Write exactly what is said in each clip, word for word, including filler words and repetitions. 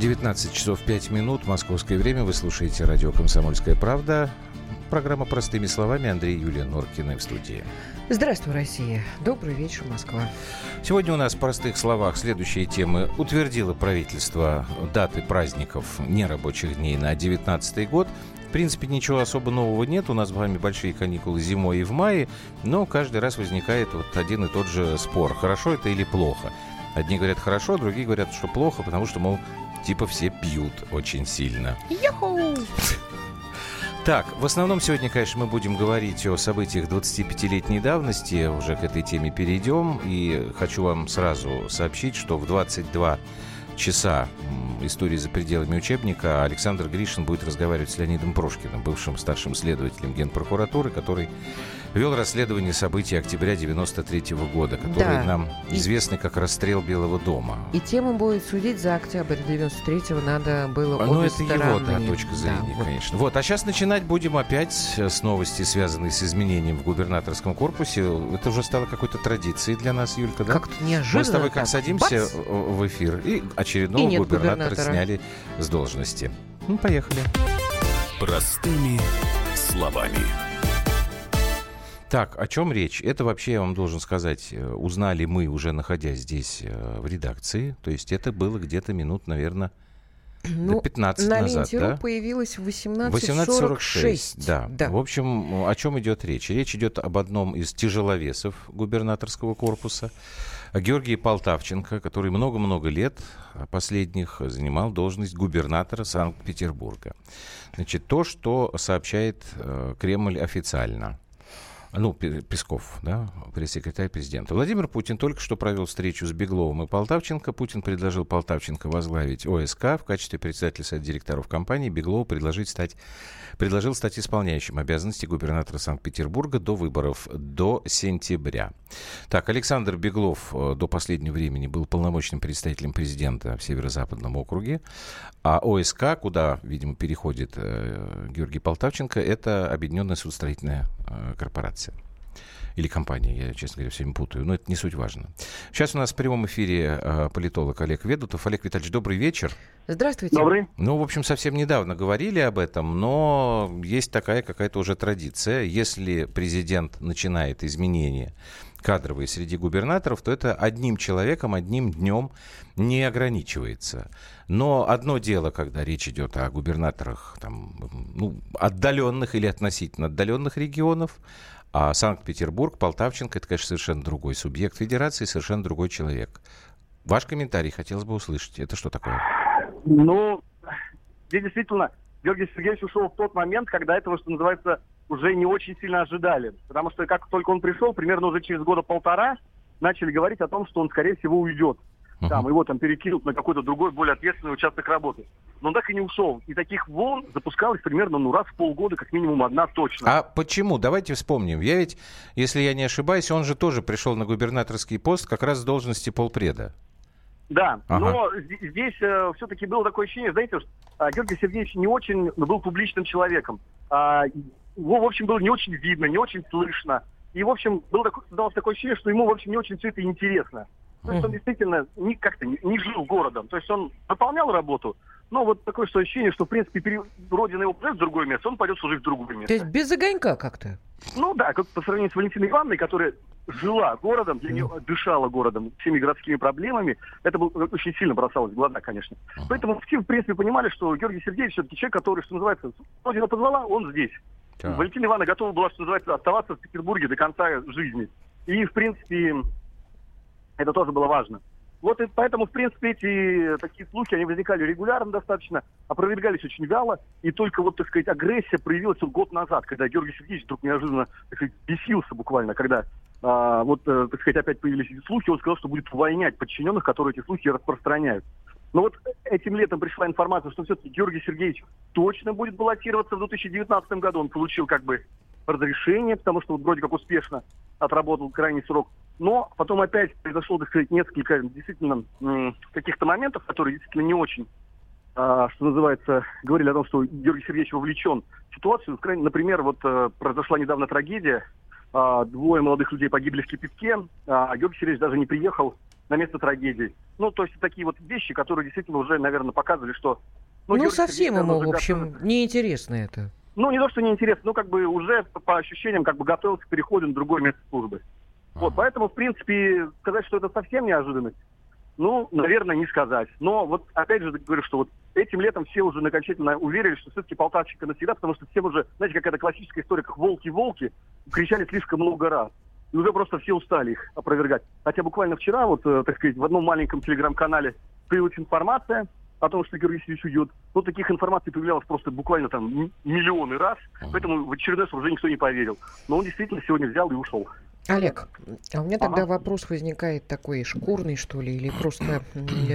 девятнадцать часов пять минут, московское время. Вы слушаете радио «Комсомольская правда». Программа «Простыми словами». Андрей, Юлия Норкины в студии. Здравствуй, Россия. Добрый вечер, Москва. Сегодня у нас в простых словах следующие темы. Утвердило правительство даты праздников нерабочих дней на девятнадцатый год. В принципе, ничего особо нового нет. У нас с вами большие каникулы зимой и в мае. Но каждый раз возникает вот один и тот же спор. Хорошо это или плохо? Одни говорят хорошо, другие говорят, что плохо, потому что, мол, типа все пьют очень сильно. Йоху! Так, в основном сегодня, конечно, мы будем говорить о событиях двадцатипятилетней давности. Уже к этой теме перейдем. И хочу вам сразу сообщить, что в двадцать два часа истории за пределами учебника Александр Гришин будет разговаривать с Леонидом Прошкиным, бывшим старшим следователем Генпрокуратуры, который вел расследование событий октября девяносто третьего года, которые да. нам известны как расстрел Белого дома. И тему будет судить за октябрь девяносто третьего надо было Ну, обе это стороны. его, да, точка зрения, да, вот. конечно. Вот, а сейчас начинать будем опять с новости, связанной с изменением в губернаторском корпусе. Это уже стало какой-то традицией для нас, Юлька, да? Как-то неожиданно. Мы с тобой как так, садимся бац! в эфир, и очередного И губернатора, губернатора сняли с должности. Ну, поехали. Простыми словами. Так, о чем речь? Это вообще, я вам должен сказать, узнали мы, уже находясь здесь в редакции. То есть это было где-то минут, наверное, ну, до пятнадцати на назад, ленте.ру да? появилась в восемнадцать восемнадцать сорок сорок шесть. шесть, да. да. В общем, о чем идет речь? Речь идет об одном из тяжеловесов губернаторского корпуса, о Георгии Полтавченко, который много-много лет последних занимал должность губернатора Санкт-Петербурга. Значит, то, что сообщает э, Кремль официально. Ну, Песков, да, пресс-секретарь президента. Владимир Путин только что провел встречу с Бегловым и Полтавченко. Путин предложил Полтавченко возглавить ОСК в качестве председателя совета директоров компании. Беглову предложить стать, предложил стать исполняющим обязанности губернатора Санкт-Петербурга до выборов, до сентября. Так, Александр Беглов до последнего времени был полномочным представителем президента в Северо-Западном округе. А ОСК, куда, видимо, переходит э, Георгий Полтавченко, это Объединенная судостроительная э, корпорация. Или компания, я, честно говоря, все время путаю, но это не суть важно. Сейчас у нас в прямом эфире э, политолог Олег Ведутов. Олег Витальевич, добрый вечер. Здравствуйте. Добрый. Ну, в общем, совсем недавно говорили об этом, но есть такая какая-то уже традиция. Если президент начинает изменения кадровые среди губернаторов, то это одним человеком, одним днем не ограничивается. Но одно дело, когда речь идет о губернаторах там, ну, отдаленных или относительно отдаленных регионов, а Санкт-Петербург, Полтавченко, это, конечно, совершенно другой субъект федерации, совершенно другой человек. Ваш комментарий хотелось бы услышать. Это что такое? Ну, здесь действительно Георгий Сергеевич ушел в тот момент, когда этого, что называется, уже не очень сильно ожидали. Потому что как только он пришел, примерно уже через года полтора, начали говорить о том, что он, скорее всего, уйдет. Uh-huh. Там, его там перекинут на какой-то другой, более ответственный участок работы. Но он так и не ушел. И таких волн запускалось примерно ну, раз в полгода, как минимум одна точно. А почему? Давайте вспомним. Я ведь, если я не ошибаюсь, он же тоже пришел на губернаторский пост как раз с должности полпреда. Да, ага. но здесь э, все-таки было такое ощущение, знаете, что э, Георгий Сергеевич не очень был публичным человеком. Э, его, в общем, было не очень видно, не очень слышно. И, в общем, было такое, создалось такое ощущение, что ему, в общем, не очень все это интересно. То есть он действительно не, как-то не, не жил городом. То есть он выполнял работу, но вот такое что ощущение, что, в принципе, пере... Родина его пойдет в другое место, он пойдет служить в другое место. То есть без огонька как-то? Ну да, как по сравнению с Валентиной Ивановной, которая жила городом, для нее дышала городом, всеми городскими проблемами, это было, очень сильно бросалось в глаза, конечно. Uh-huh. Поэтому все, в принципе, понимали, что Георгий Сергеевич все-таки человек, который, что называется, Родина позвала, он здесь. Uh-huh. Валентина Ивановна готова была, что называется, оставаться в Петербурге до конца жизни. И, в принципе, это тоже было важно. Вот и поэтому, в принципе, эти такие слухи, они возникали регулярно достаточно, опровергались очень вяло, и только вот, так сказать, агрессия проявилась вот год назад, когда Георгий Сергеевич вдруг неожиданно, так сказать, бесился буквально, когда а, вот, так сказать, опять появились эти слухи, он сказал, что будет увольнять подчиненных, которые эти слухи распространяют. Но вот этим летом пришла информация, что все-таки Георгий Сергеевич точно будет баллотироваться в две тысячи девятнадцатом году, он получил как бы разрешение, потому что вот вроде как успешно отработал крайний срок. Но потом опять произошло, так сказать, несколько действительно м- каких-то моментов, которые действительно не очень, а, что называется, говорили о том, что Георгий Сергеевич вовлечен в ситуацию. Например, вот а, произошла недавно трагедия. А, двое молодых людей погибли в кипятке. А Георгий Сергеевич даже не приехал на место трагедии. Ну, то есть такие вот вещи, которые действительно уже, наверное, показывали, что... Ну, ну совсем ему, в общем, готов... неинтересно это. Ну, не то, что неинтересно, но как бы уже по, по ощущениям как бы готовился к переходу на другое место службы. А-а-а. Вот, поэтому, в принципе, сказать, что это совсем неожиданность, ну, наверное, не сказать. Но вот, опять же, говорю, что вот этим летом все уже окончательно уверили, что все-таки Полтавченко навсегда, потому что всем уже, знаете, какая-то классическая история, как волки-волки, кричали слишком много раз. И уже просто все устали их опровергать. Хотя буквально вчера, вот, так сказать, в одном маленьком телеграм-канале появилась информация о том, что Георгий Сергеевич уйдет. Но таких информаций появлялось просто буквально там миллионы раз. Поэтому в очередной раз уже никто не поверил. Но он действительно сегодня взял и ушел. Олег, а у меня тогда ага. вопрос возникает такой шкурный, что ли, или просто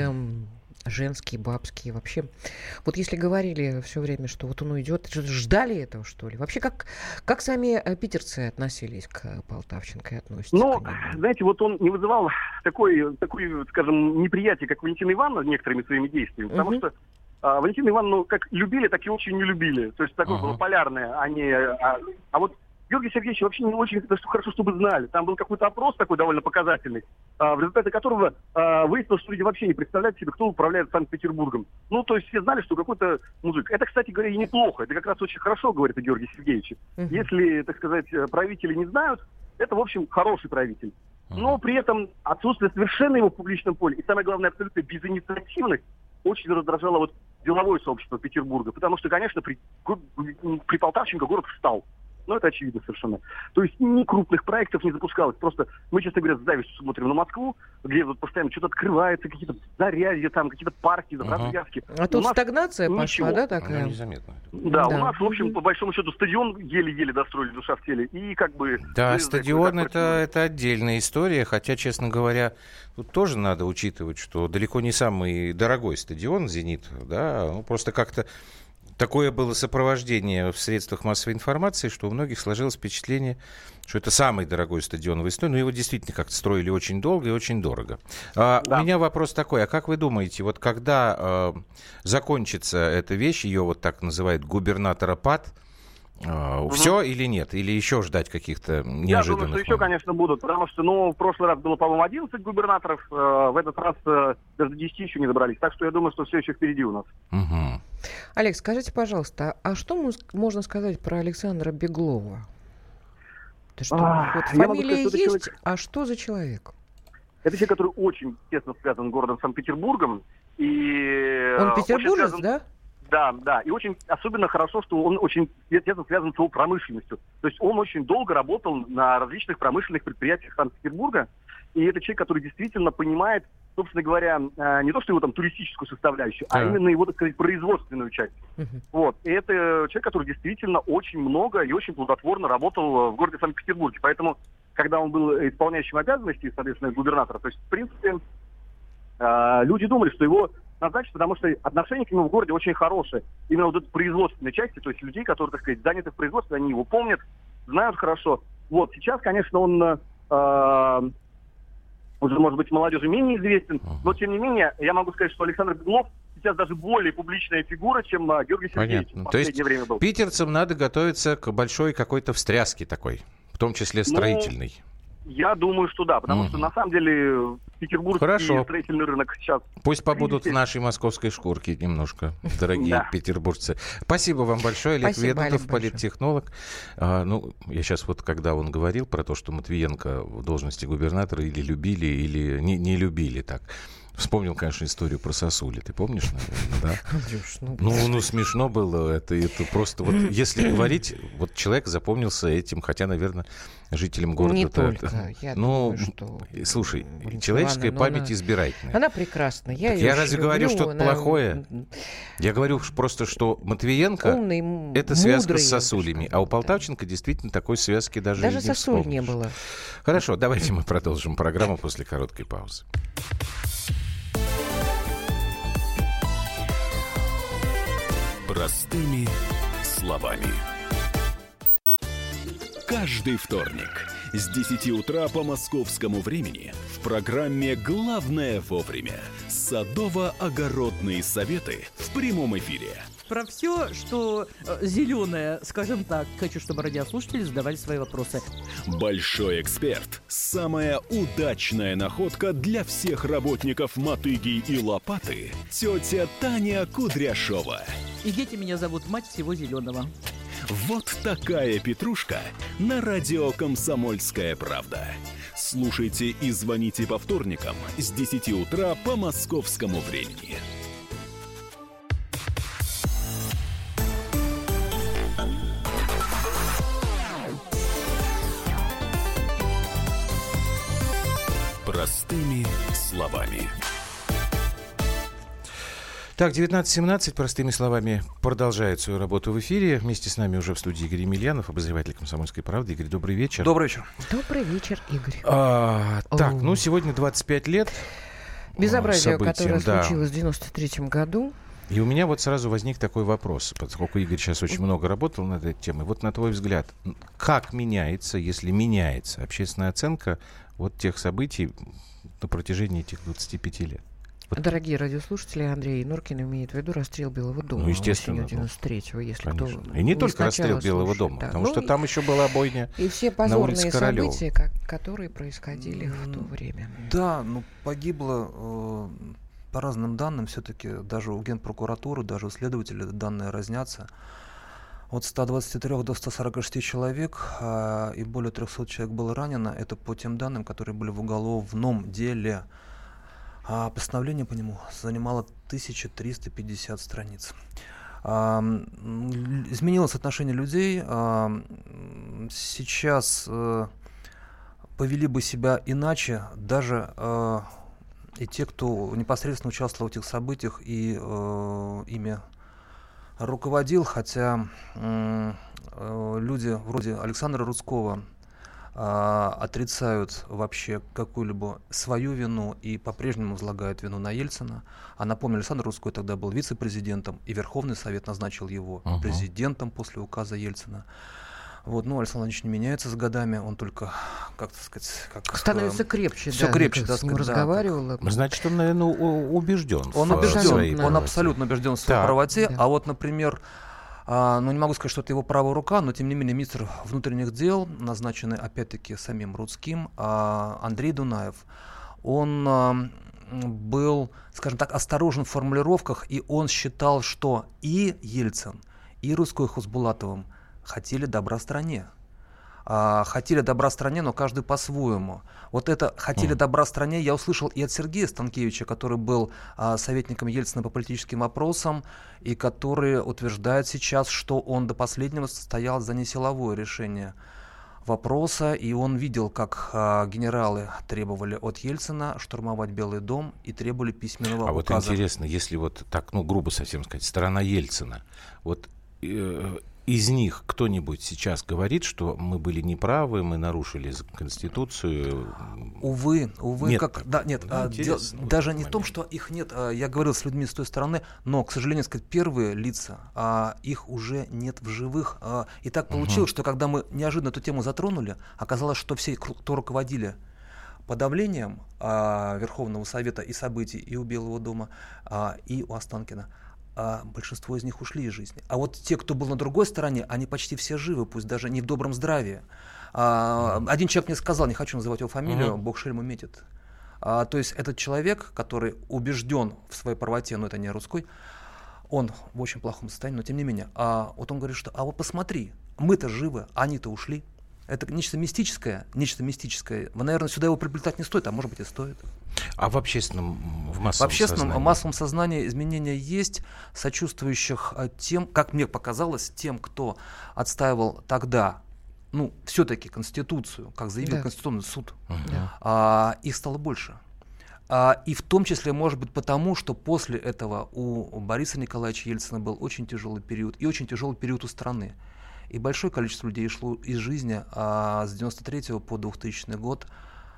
женский, бабский вообще. Вот если говорили все время, что вот он уйдет, ждали этого, что ли? Вообще, как, как сами питерцы относились к Полтавченко и относятся ну, к нему? Знаете, вот он не вызывал такой, такой, скажем, неприятие, как Валентина Ивановна некоторыми своими действиями, потому uh-huh. что а, Валентину Ивановну как любили, так и очень не любили. То есть такое uh-huh. было полярное, а не... А, а вот Георгий Сергеевич вообще не очень хорошо, чтобы знали. Там был какой-то опрос такой довольно показательный, в результате которого выяснилось, что люди вообще не представляют себе, кто управляет Санкт-Петербургом. Ну, то есть все знали, что какой-то мужик. Это, кстати говоря, и неплохо. Это как раз очень хорошо говорит о Георгии Сергеевиче. Uh-huh. Если, так сказать, правители не знают, это, в общем, хороший правитель. Но при этом отсутствие совершенно его в публичном поле и, самое главное, абсолютно безинициативность очень раздражало вот деловое сообщество Петербурга. Потому что, конечно, при, при Полтавченко город встал. Ну, это очевидно совершенно. То есть ни крупных проектов не запускалось. Просто мы, честно говоря, с завистью смотрим на Москву, где вот постоянно что-то открывается, какие-то зарядья, там, какие-то парки, uh-huh. развязки. А тут стагнация пошла, да, такая? Она незаметно. Да, да, у нас, в общем, по большому счету, стадион еле-еле достроили, душа в теле. И как бы... Да, стадион это, это отдельная история, хотя, честно говоря, тут тоже надо учитывать, что далеко не самый дорогой стадион «Зенит», да, ну, просто как-то такое было сопровождение в средствах массовой информации, что у многих сложилось впечатление, что это самый дорогой стадион в истории. Но его действительно как-то строили очень долго и очень дорого. А, да. У меня вопрос такой. А как вы думаете, вот когда э, закончится эта вещь, ее вот так называют губернаторопад, Uh, угу. Все или нет? Или еще ждать каких-то неожиданных? Я думаю, что еще, конечно, будут. Потому что, ну, в прошлый раз было, по-моему, одиннадцать губернаторов. Э, в этот раз э, даже до десяти еще не добрались. Так что я думаю, что все еще впереди у нас. Угу. Олег, скажите, пожалуйста, а что можно сказать про Александра Беглова? Ты что, а, вот фамилия сказать, есть, человек... а что за человек? Это человек, который очень тесно связан с городом Санкт-Петербургом. И он петербуржец, связан... да? Да, да. И очень особенно хорошо, что он очень тесно связан с его промышленностью. То есть он очень долго работал на различных промышленных предприятиях Санкт-Петербурга. И это человек, который действительно понимает, собственно говоря, не то, что его там туристическую составляющую, да. а именно его, так сказать, производственную часть. Uh-huh. Вот. И это человек, который действительно очень много и очень плодотворно работал в городе Санкт-Петербурге. Поэтому, когда он был исполняющим обязанности, соответственно, губернатора, то есть, в принципе, люди думали, что его назначат, потому что отношение к нему в городе очень хорошее. Именно вот этой производственной части, то есть людей, которые, так сказать, заняты в производстве, они его помнят, знают хорошо. Вот, сейчас, конечно, он э, уже, может быть, молодежи менее известен, но, тем не менее, я могу сказать, что Александр Беглов сейчас даже более публичная фигура, чем э, Георгий Сергеевич в последнее то есть время был. Питерцам надо готовиться к большой какой-то встряске такой, в том числе строительной. Ну, я думаю, что да, потому mm-hmm. что, на самом деле, петербургский Хорошо. строительный рынок сейчас... Пусть побудут в нашей московской шкурке немножко, дорогие да. петербуржцы. Спасибо вам большое. Олег Спасибо, Ведутов, Олег, политтехнолог. А, ну, я сейчас вот, когда он говорил про то, что Матвиенко в должности губернатора или любили, или не, не любили так... Вспомнил, конечно, историю про сосули. Ты помнишь, наверное, да? Андрюш, ну, ну, ну, смешно было. Это, это просто вот, если говорить, вот человек запомнился этим, хотя, наверное, жителям города... Не только. Это, я ну, думаю, что... Слушай, Валентина человеческая Ивановна, память она... избирательная. Она прекрасна. Я, я разве люблю, говорю что-то она... плохое? Я говорю просто, что Матвиенко Умный, это связка с сосулями, а у Полтавченко действительно такой связки даже, даже не сосуль вспомнишь. не было. Хорошо, давайте мы продолжим программу после короткой паузы. Простыми словами. Каждый вторник с десяти утра по московскому времени в программе «Главное вовремя» садово-огородные советы в прямом эфире. про все, что э, зеленое, скажем так. Хочу, чтобы радиослушатели задавали свои вопросы. Большой эксперт. Самая удачная находка для всех работников «Мотыги» и «Лопаты» — тетя Таня Кудряшова. И дети меня зовут мать всего зеленого. Вот такая петрушка на радио «Комсомольская правда». Слушайте и звоните по вторникам с десяти утра по московскому времени. Простыми словами. Так, девятнадцать семнадцать, простыми словами, продолжает свою работу в эфире. Вместе с нами уже в студии Игорь Емельянов, обозреватель «Комсомольской правды». Игорь, добрый вечер. Добрый вечер. Добрый вечер, Игорь. А, так, О. ну сегодня двадцать пять лет Безобразие, событиям, которое да. случилось в девяносто третьем году. И у меня вот сразу возник такой вопрос, поскольку Игорь сейчас очень много работал над этой темой. Вот на твой взгляд, как меняется, если меняется общественная оценка вот тех событий на протяжении этих двадцати пяти лет? Вот. Дорогие радиослушатели, Андрей Норкин имеет в виду расстрел Белого дома. Ну, естественно. Осенью девяносто третьего, если Конечно. кто И не только расстрел Белого слушает, дома, да. потому Ну, что там еще была бойня и все на улице позорные Королёва. события, как, которые происходили в то время. Да, ну погибло, э, по разным данным, все-таки даже у Генпрокуратуры, даже у следователей данные разнятся. От ста двадцати трёх до ста сорока шести человек, э, и более трехсот человек было ранено. Это по тем данным, которые были в уголовном деле. А постановление по нему занимало тысяча триста пятьдесят страниц. А, изменилось отношение людей. А, сейчас а, повели бы себя иначе даже а, и те, кто непосредственно участвовал в этих событиях и а, ими руководил, хотя а, люди вроде Александра Рудского отрицают вообще какую-либо свою вину и по-прежнему возлагают вину на Ельцина. А напомню, Александр Рудской тогда был вице-президентом, и Верховный Совет назначил его uh-huh. президентом после указа Ельцина. Вот, ну, Александр Владимирович не меняется с годами, он только, как сказать, как становится крепче, все да, крепче, как да, с ним сказать, разговаривала. да, Значит, он, наверное, убежден. Он в убежден, своей он правоте. абсолютно убежден в своей Так. правоте. Да. А вот, например, А, ну, не могу сказать, что это его правая рука, но, тем не менее, министр внутренних дел, назначенный, опять-таки, самим Рудским, а, Андрей Дунаев, он а, был, скажем так, осторожен в формулировках, и он считал, что и Ельцин, и Рудской Хусбулатовым хотели добра стране. А, хотели добра стране, но каждый по-своему. Вот это «хотели mm. добра стране» я услышал и от Сергея Станкевича, который был а, советником Ельцина по политическим вопросам, и который утверждает сейчас, что он до последнего стоял за несиловое решение вопроса, и он видел, как а, генералы требовали от Ельцина штурмовать Белый дом и требовали письменного а указа. вот интересно, если вот так, ну, грубо совсем сказать, сторона Ельцина, вот э, из них кто-нибудь сейчас говорит, что мы были неправы, мы нарушили Конституцию? Увы, увы, нет, как да, нет, ну, а, дел, вот даже не момент. в том, что их нет. А, я говорил с людьми с той стороны, но, к сожалению, сказать, первые лица, а, их уже нет в живых. А, и так получилось, угу. что когда мы неожиданно эту тему затронули, оказалось, что все, кто руководили подавлением а, Верховного Совета и событий и у Белого дома, а, и у Останкина, а большинство из них ушли из жизни. А вот те, кто был на другой стороне, они почти все живы, пусть даже не в добром здравии. А, mm. Один человек мне сказал, не хочу называть его фамилию, mm-hmm. Бог шельму метит. А, то есть этот человек, который убежден в своей правоте, но это не Рудской, он в очень плохом состоянии, но тем не менее. А, вот он говорит, что а вот посмотри, мы-то живы, они-то ушли. Это нечто мистическое, нечто мистическое. Вы, наверное, сюда его приплетать не стоит, а может быть и стоит. А в общественном, в массовом В общественном сознании? массовом сознании изменения есть, сочувствующих тем, как мне показалось, тем, кто отстаивал тогда, ну, все-таки Конституцию, как заявил да. Конституционный суд, да. а, их стало больше. А, и в том числе, может быть, потому, что после этого у Бориса Николаевича Ельцина был очень тяжелый период, и очень тяжелый период у страны. И большое количество людей шло из жизни а, с девяносто третьего по двухтысячный год.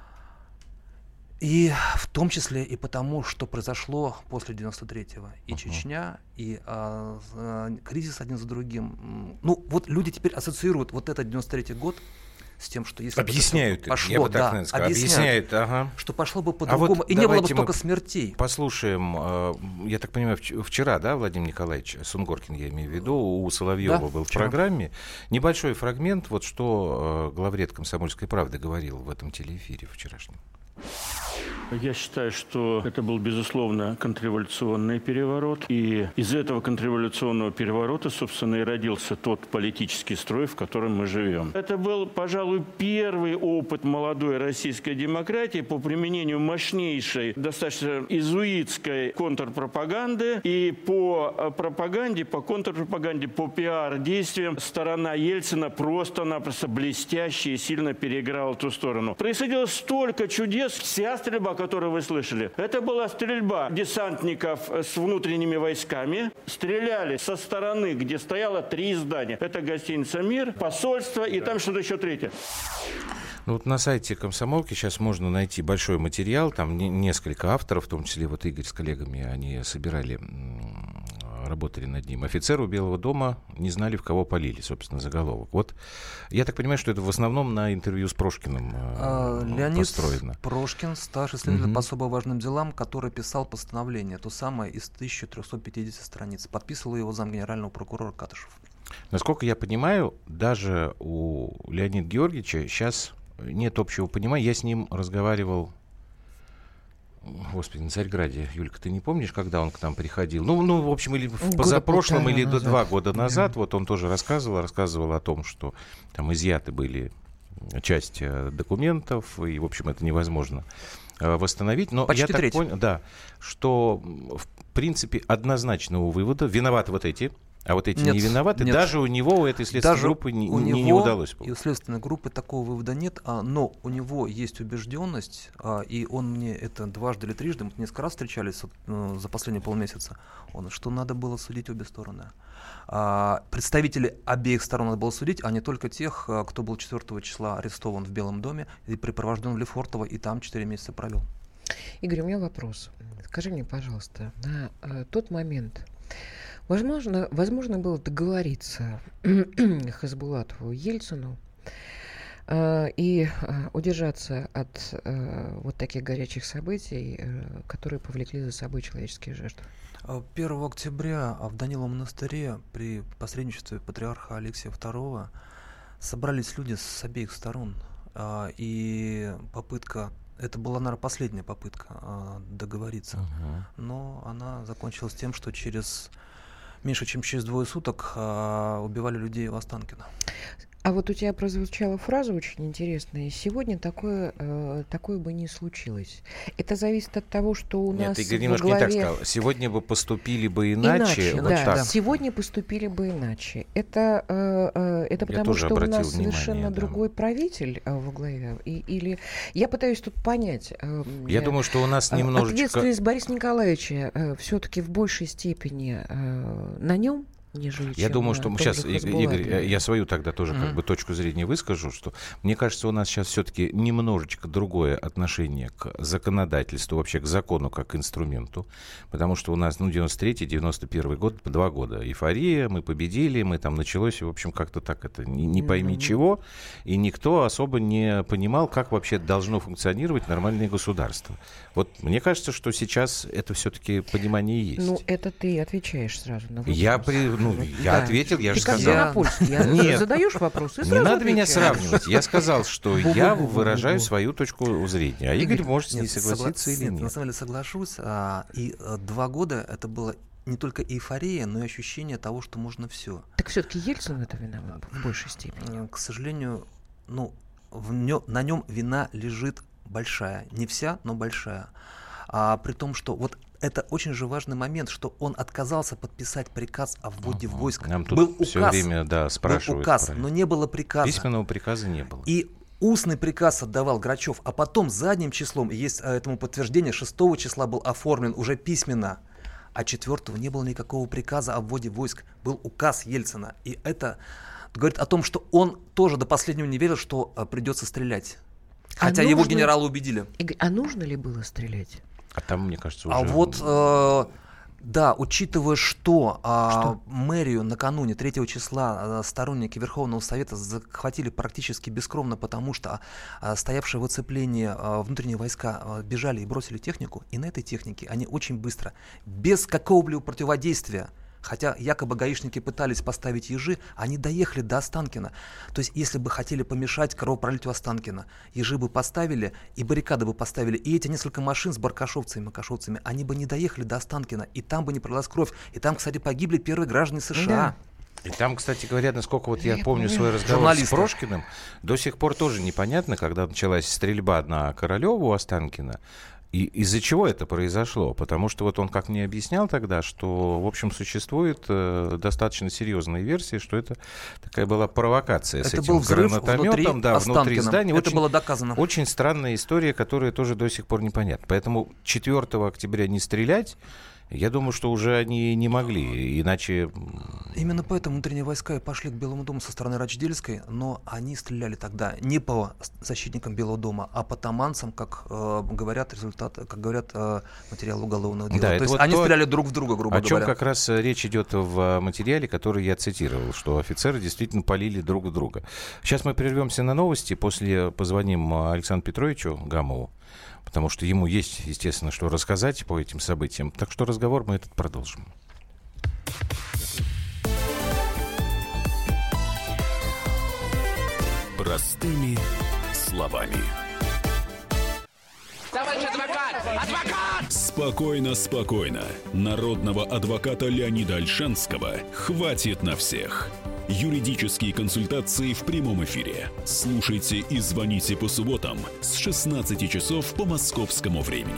И в том числе и потому, что произошло после девяносто третьего. И uh-huh. Чечня, и а, а, кризис один за другим. Ну, вот люди теперь ассоциируют вот этот девяносто третий год с тем, что если объясняют, бы пошло, я бы так, да, наверное, сказал, объясняют, объясняют, ага. что пошло бы А по-другому, вот и не было бы давайте столько мы смертей. Послушаем, я так понимаю, вчера, да, Владимир Николаевич Сунгоркин, я имею в виду, у Соловьева Да, был вчера. в программе. Небольшой фрагмент, вот что главред «Комсомольской правды» говорил в этом телеэфире вчерашнем. Я считаю, что это был, безусловно, контрреволюционный переворот. И из этого контрреволюционного переворота, собственно, и родился тот политический строй, в котором мы живем. Это был, пожалуй, первый опыт молодой российской демократии по применению мощнейшей, достаточно изуитской контрпропаганды. И по пропаганде, по контрпропаганде, по пиар-действиям сторона Ельцина просто-напросто блестяще и сильно переиграла ту сторону. Происходило столько чудес. Вся стрельба, которую вы слышали, это была стрельба десантников с внутренними войсками. Стреляли со стороны, где стояло три здания. Это гостиница «Мир», посольство и там что-то еще третье. Ну, вот на сайте «Комсомолки» сейчас можно найти большой материал, там не, несколько авторов, в том числе вот Игорь с коллегами, они собирали, работали над ним. Офицеры у Белого дома не знали, в кого полили, собственно, заголовок. Вот я так понимаю, что это в основном на интервью с Прошкиным а, Леонид построено. Прошкин, старший следователь угу. по особо важным делам, который писал постановление, то самое из тысяча триста пятьдесят страниц. Подписывал его замгенерального прокурора Катышев. Насколько я понимаю, даже у Леонида Георгиевича сейчас нет общего понимания. Я с ним разговаривал, господи, на Царьграде. Юлька, ты не помнишь, когда он к нам приходил? Ну, ну в общем, или в позапрошлом, или назад. два года назад. Да. Вот он тоже рассказывал, рассказывал о том, что там изъяты были часть документов, и, в общем, это невозможно восстановить. Но Почти я треть. так понял, да, что, в принципе, однозначного вывода виноваты вот эти. А вот эти нет, не виноваты, нет. даже у него, у этой следственной даже группы не, у не, него не удалось. И у следственной группы такого вывода нет, а, но у него есть убежденность, а, и он мне это дважды или трижды, мы несколько раз встречались вот, ну, за последние полмесяца, он, что надо было судить обе стороны. А, представители обеих сторон надо было судить, а не только тех, кто был четвёртого числа арестован в Белом доме и припровожден в Лефортово, и там четыре месяца провел. Игорь, у меня вопрос. Скажи мне, пожалуйста, на э, тот момент... Возможно, возможно было договориться Хасбулатову и Ельцину э, и э, удержаться от э, вот таких горячих событий, э, которые повлекли за собой человеческие жертвы. первого октября в Даниловом монастыре при посредничестве патриарха Алексия второго собрались люди с обеих сторон. Э, и попытка, это была, наверное, последняя попытка э, договориться, uh-huh. но она закончилась тем, что через... меньше, чем через двое суток а, убивали людей в Останкино. А вот у тебя прозвучала фраза очень интересная. Сегодня такое, э, такое бы не случилось. Это зависит от того, что у Нет, нас Игорь во немножко главе... не так сказал. Сегодня бы поступили бы иначе. Иначе, вот да. так. Сегодня поступили бы иначе. Это, э, э, это потому, что у нас внимание, совершенно да. другой правитель э, во главе. И, или... Я пытаюсь тут понять. Э, Я э, думаю, что у нас немножечко... Ответственность Бориса Николаевича э, все-таки в большей степени э, на нем, нежели Я чем думаю, что сейчас, Игорь, я свою тогда тоже Mm-hmm. как бы точку зрения выскажу, что мне кажется, у нас сейчас все-таки немножечко другое отношение к законодательству, вообще к закону как к инструменту, потому что у нас, ну, девяносто третий девяносто первый год, два года эйфория, мы победили, мы там началось, в общем, как-то так это, не, не пойми mm-hmm. чего, и никто особо не понимал, как вообще должно функционировать нормальное государство. Вот мне кажется, что сейчас это все-таки понимание есть. Ну, это ты отвечаешь сразу на вопрос. Я при... Ну, я да. ответил, я ты же как сказал. Нет, задаешь вопрос и сразу не надо отвечаешь. меня сравнивать. Я сказал, что я выражаю свою точку зрения, а Игорь может с ней согласиться или нет. На самом деле соглашусь. И два года это было не только эйфория, но и ощущение того, что можно все. Так все-таки Ельцин в этом виноват в большей степени. К сожалению, ну, в нем, на нем вина лежит большая. Не вся, но большая. А при том, что вот это очень же важный момент, что он отказался подписать приказ о вводе uh-huh. войск. Нам тут был все указ, время, да, спрашивают. Был указ, но не было приказа. Письменного приказа не было. И устный приказ отдавал Грачев, а потом задним числом, есть этому подтверждение, шестого числа был оформлен уже письменно, а четвертого не было никакого приказа о вводе войск. Был указ Ельцина. И это говорит о том, что он тоже до последнего не верил, что придется стрелять. Хотя а его нужно... генералы убедили. Игорь, а нужно ли было стрелять? А там, мне кажется, уже... А вот э, Да, учитывая, что, а, что? мэрию накануне третьего числа а, сторонники Верховного Совета захватили практически бескровно, потому что а, стоявшие в оцеплении а, внутренние войска а, бежали и бросили технику, и на этой технике они очень быстро, без какого-либо противодействия, хотя якобы гаишники пытались поставить ежи, они доехали до Останкино. То есть, если бы хотели помешать кровопролитию Останкино, ежи бы поставили, и баррикады бы поставили, и эти несколько машин с баркашовцами и макашовцами, они бы не доехали до Останкино, и там бы не пролилась кровь. И там, кстати, погибли первые граждане США. Да. И там, кстати говоря, насколько вот я, я помню свой разговор Журналисты. с Прошкиным, до сих пор тоже непонятно, когда началась стрельба на Королеву у Останкино, и из-за чего это произошло? Потому что вот он как мне объяснял тогда, что, в общем, существует э, достаточно серьезная версия, что это такая была провокация это с этим был взрыв гранатометом внутри, да, внутри здания. Это очень, было доказано. Очень странная история, которая тоже до сих пор непонятна. Поэтому четвёртого октября не стрелять, я думаю, что уже они не могли, иначе... Именно поэтому внутренние войска и пошли к Белому дому со стороны Рочдельской, но они стреляли тогда не по защитникам Белого дома, а по таманцам, как э, говорят результаты, как говорят э, материалы уголовного дела. Да, то есть вот они то, стреляли друг в друга, грубо о говоря. О чем как раз речь идет в материале, который я цитировал, что офицеры действительно полили друг в друга. Сейчас мы прервемся на новости, после позвоним Александру Петровичу Гамову, потому что ему есть, естественно, что рассказать по этим событиям. Так что разговор мы этот продолжим. Простыми словами. Товарищ адвокат! Адвокат! Спокойно, спокойно. Народного адвоката Леонида Ольшанского хватит на всех. Юридические консультации в прямом эфире. Слушайте и звоните по субботам с шестнадцати часов по московскому времени.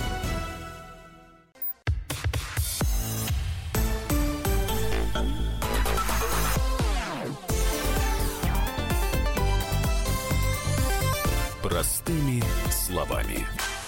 Простыми словами.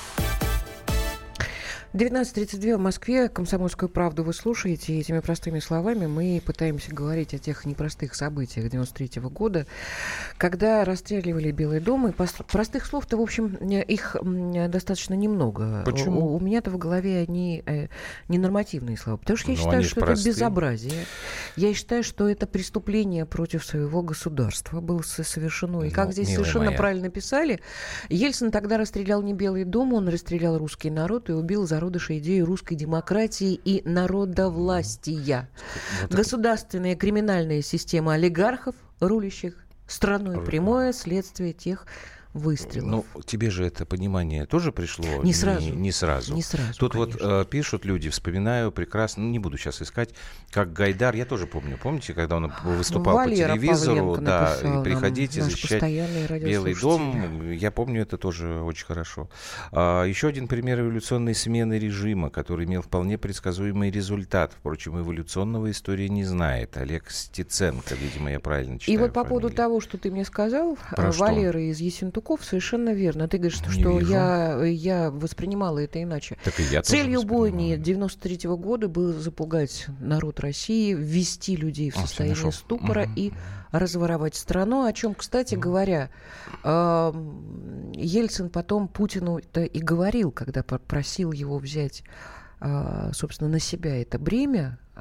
девятнадцать тридцать два в Москве. «Комсомольскую правду» вы слушаете. И этими простыми словами мы пытаемся говорить о тех непростых событиях девяносто третьего года, когда расстреливали Белый дом. И простых слов-то, в общем, их достаточно немного. Почему? У, у меня-то в голове они э, ненормативные слова. Потому что я Но считаю, что простые. это безобразие. Я считаю, что это преступление против своего государства было совершено. И как ну, здесь совершенно моя. правильно писали, Ельцин тогда расстрелял не Белый дом, он расстрелял русский народ и убил зародыши идеи русской демократии и народовластия. Вот государственная криминальная система олигархов, рулящих страной, прямое следствие тех выстрелов. Ну, тебе же это понимание тоже пришло? Не сразу. Не, не сразу. Не сразу, Тут конечно. вот э, пишут люди, вспоминаю прекрасно, ну, не буду сейчас искать, как Гайдар, я тоже помню, помните, когда он выступал Валера по телевизору, Павленко да, написал и приходите нам, защищать Белый дом, я помню это тоже очень хорошо. А, еще один пример эволюционной смены режима, который имел вполне предсказуемый результат. Впрочем, эволюционного история не знает. Олег Стеценко, видимо, я правильно читаю. И вот по фамилию. поводу того, что ты мне сказал, Про Валера что? из Ессентуков, совершенно верно. Ты говоришь, Не что вижу. я, я воспринимала это иначе. Так и я Целью тоже бойни девяносто третьего года было запугать народ России, ввести людей в А, состояние нашел. ступора Угу. и разворовать страну, о чем, кстати угу. говоря, э, Ельцин потом Путину-то и говорил, когда попросил его взять, э, собственно, на себя это бремя, э,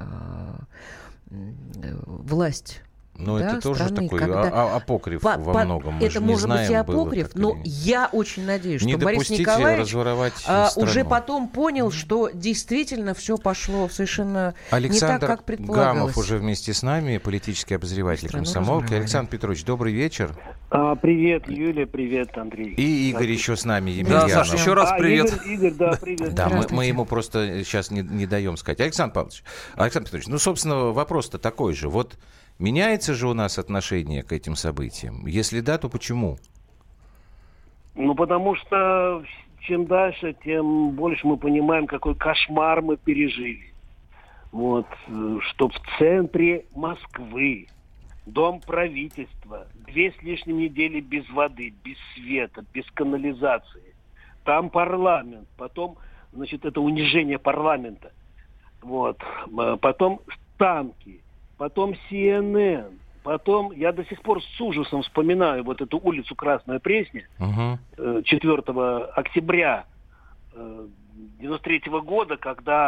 власть. Ну, да, это тоже страны, такой когда... а- апокриф по, во по... многом. Мы это же не может знаем, быть и апокриф, но или... я очень надеюсь, не что Борис допустите Николаевич разворовать а, страну. уже потом понял, что действительно все пошло совершенно Александр не так, как предполагалось. Гамов уже вместе с нами, политический обозреватель Страну комсомолки. разворовали. Александр Петрович, добрый вечер. А, привет, Юлия, привет, Андрей. И Игорь еще с нами, Да, Емельянов. Саша, еще раз А, привет. Игорь, Игорь, да, привет. Да, мы, мы ему просто сейчас не, не даем сказать. Александр Павлович, Александр Петрович, ну, собственно, вопрос-то такой же. Вот меняется же у нас отношение к этим событиям? Если да, то почему? Ну, потому что чем дальше, тем больше мы понимаем, какой кошмар мы пережили. Вот, что в центре Москвы дом правительства, две с лишним недели без воды, без света, без канализации. Там парламент, потом, значит, это унижение парламента. Вот, потом танки. Потом Си Эн Эн, потом я до сих пор с ужасом вспоминаю вот эту улицу Красная Пресня, Угу. четвёртого октября девяносто третьего года, когда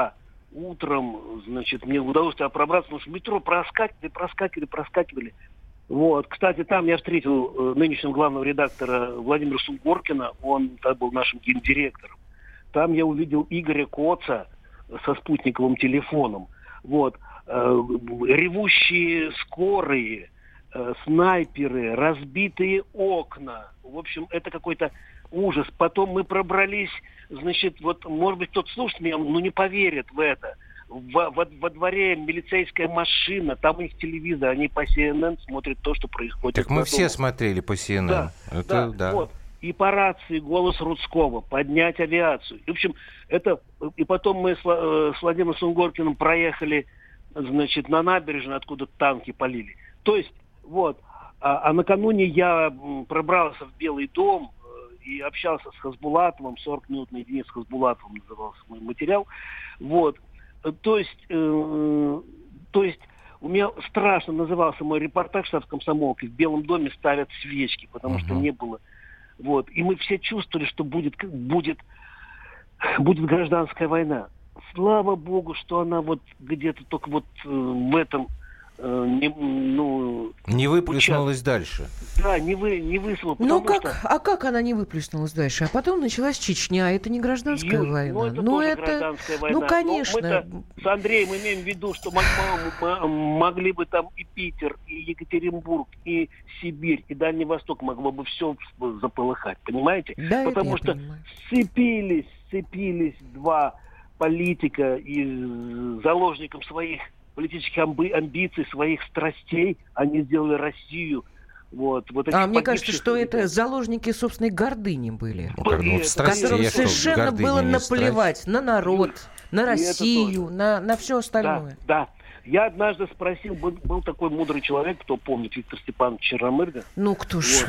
утром, значит, мне удалось туда пробраться, потому что метро проскакивали, проскакивали, проскакивали. Вот. Кстати, там я встретил э, нынешнего главного редактора Владимира Сунгоркина, он тогда был нашим гендиректором. Там я увидел Игоря Коца со спутниковым телефоном. Вот. Э, ревущие скорые, э, снайперы, разбитые окна. В общем, это какой-то ужас. Потом мы пробрались, значит, вот, может быть, кто-то слушает меня, но не поверит в это. Во, во, во дворе милицейская машина, там у них телевизор, они по си эн эн смотрят то, что происходит. Так мы все смотрели по си эн эн. Да, это, да, да. Вот. И по рации голос Рудского, поднять авиацию. И, в общем, это... И потом мы с, с Владимиром Сунгоркиным проехали, значит, на набережную, откуда танки полили. То есть, вот. А, а накануне я пробрался в Белый дом и общался с Хасбулатовым, сорок минут наедине с Хасбулатовым назывался мой материал. Вот. То есть, э, то есть у меня страшно назывался мой репортаж «Штаб комсомолки». В Белом доме ставят свечки, потому uh-huh. что не было. Вот. И мы все чувствовали, что будет, будет, будет гражданская война. Слава богу, что она вот где-то только вот э, в этом э, не, ну, не выплеснулась дальше. Да, не, вы, не высунула. Ну как, что... а как она не выплеснулась дальше? А потом началась Чечня, это не гражданская Юль, война. Ну это ну, тоже это... гражданская война. Ну конечно. Но мы-то с Андреем имеем в виду, что мы могли бы там и Питер, и Екатеринбург, и Сибирь, и Дальний Восток могло бы все заполыхать, понимаете? Да, потому что понимаю. сцепились, сцепились два политика и заложником своих политических амби- амбиций, своих страстей, они сделали Россию. Вот, вот а мне кажется, что это заложники собственной гордыни были, ну, как, ну, которым совершенно было наплевать страсть. На народ, на Россию, на, на все остальное. Да, да. Я однажды спросил, был, был такой мудрый человек, кто помнит, Виктор Степанович Черномырдин. Ну, кто ж.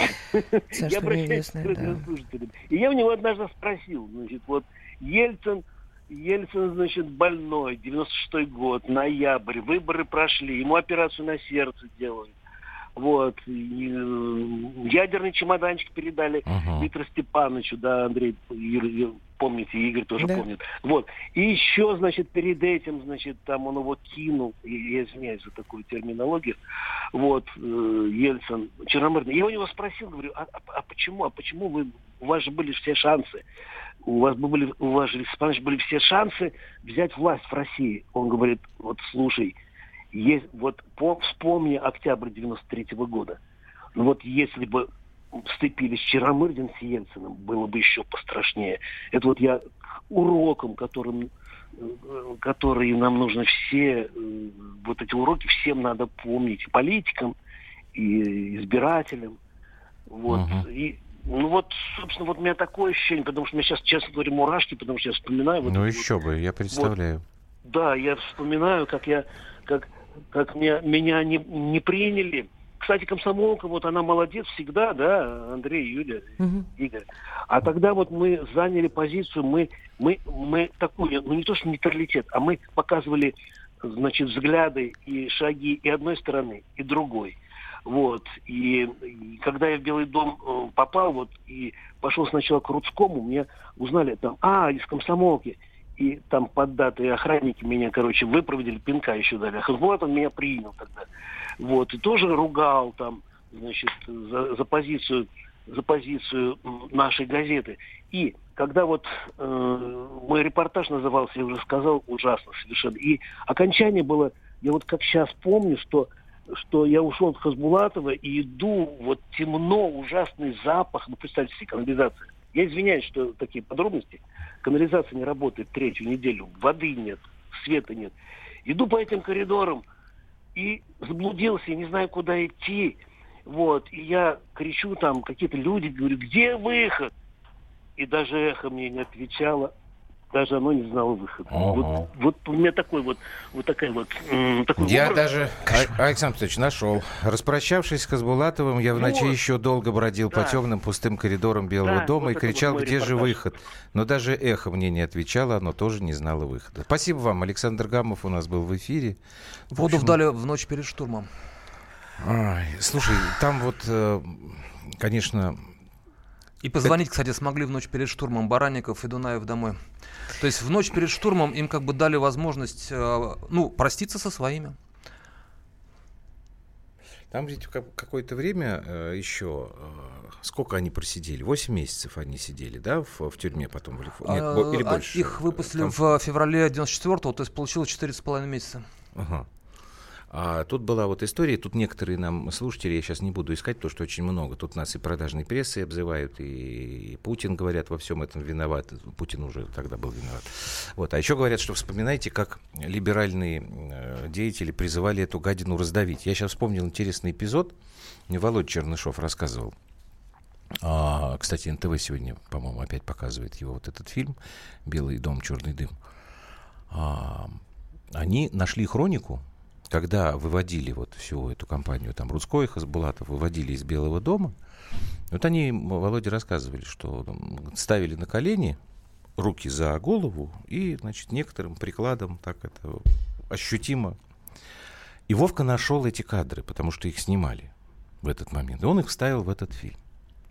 Я обращаюсь к радиослушателям. И я у него однажды спросил, значит, вот Ельцин, Ельцин, значит, больной, девяносто шестой год, ноябрь, выборы прошли, ему операцию на сердце делают. Вот. И, ядерный чемоданчик передали uh-huh. Виктору Степановичу, да, Андрей, помните, Игорь тоже да. помнит. Вот. И еще, значит, перед этим, значит, там он его кинул, я извиняюсь за такую терминологию, вот, Ельцин, Черномырдин. Я у него спросил, говорю, а, а почему, а почему вы, у вас же были все шансы, у вас были, у вас же, Степанович, были все шансы взять власть в России. Он говорит, вот, слушай, есть, вот по, вспомни октябрь девяносто третьего года. Ну вот если бы сцепились Черномырдин с Ельциным, было бы еще пострашнее. Это вот я к урокам, которым, которые нам нужно все, вот эти уроки всем надо помнить, и политикам, и избирателям. Вот. Uh-huh. И, ну вот, собственно, вот у меня такое ощущение, потому что у меня сейчас, честно говоря, мурашки, потому что я вспоминаю... Вот, ну вот, еще бы, я представляю. Вот, да, я вспоминаю, как я... как как меня, меня не, не приняли. Кстати, комсомолка, вот она молодец всегда, да, Андрей, Юля, uh-huh. Игорь. А тогда вот мы заняли позицию, мы, мы, мы такую, ну не то что нейтралитет, а мы показывали, значит, взгляды и шаги и одной стороны, и другой. Вот. И, и когда я в Белый дом попал, вот, и пошел сначала к Рудскому, меня узнали там, а, из комсомолки. И там поддатые охранники меня, короче, выпроводили, пинка еще дали. А Хасбулатов меня принял тогда. Вот. И тоже ругал там, значит, за, за позицию, за позицию нашей газеты. И когда вот э, мой репортаж назывался, я уже сказал, ужасно совершенно. И окончание было, я вот как сейчас помню, что, что я ушел от Хасбулатова и иду, вот темно, ужасный запах, ну, представьте себе, канализация. Я извиняюсь, что такие подробности. Канализация не работает третью неделю. Воды нет, света нет. Иду по этим коридорам и заблудился, и не знаю, куда идти. Вот. И я кричу там, какие-то люди, говорю, где выход? И даже эхо мне не отвечало. Даже оно не знало выхода. Вот, вот у меня такой вот, вот такая вот... М- такой я образ. даже, Александр Петрович, нашел. Распрощавшись с Хасбулатовым, я в ночи вот. еще долго бродил да. по темным пустым коридорам Белого да, дома вот и кричал, вот где репортаж. же выход. Но даже эхо мне не отвечало, оно тоже не знало выхода. Спасибо вам. Александр Гамов у нас был в эфире. В Воду общем... вдали в ночь перед штурмом. Ой, слушай, там вот, конечно... И позвонить, кстати, смогли в ночь перед штурмом Баранников и Дунаев домой. То есть в ночь перед штурмом им как бы дали возможность, э, ну, проститься со своими. Там ведь какое-то время э, еще, э, сколько они просидели? Восемь месяцев они сидели, да, в, в тюрьме потом? Или, нет, а, или больше? Их выпустили Там... в феврале девяносто четвёртого, то есть получилось четыре с половиной месяца. Ага. А тут была вот история, тут некоторые нам слушатели, я сейчас не буду искать, потому что очень много. Тут нас и продажной прессой обзывают, и, и Путин, говорят, во всем этом виноват. Путин уже тогда был виноват. Вот. А еще говорят, что вспоминайте, как либеральные э, деятели призывали эту гадину раздавить. Я сейчас вспомнил интересный эпизод. Мне Володя Чернышов рассказывал. А, кстати, эн тэ вэ сегодня, по-моему, опять показывает его вот этот фильм «Белый дом, черный дым». А, они нашли хронику, когда выводили вот всю эту компанию, там, Рудской, Хасбулатов, выводили из Белого дома, вот они, Володя, рассказывали, что там, ставили на колени, руки за голову, и, значит, некоторым прикладом так это ощутимо. И Вовка нашел эти кадры, потому что их снимали в этот момент, и он их вставил в этот фильм.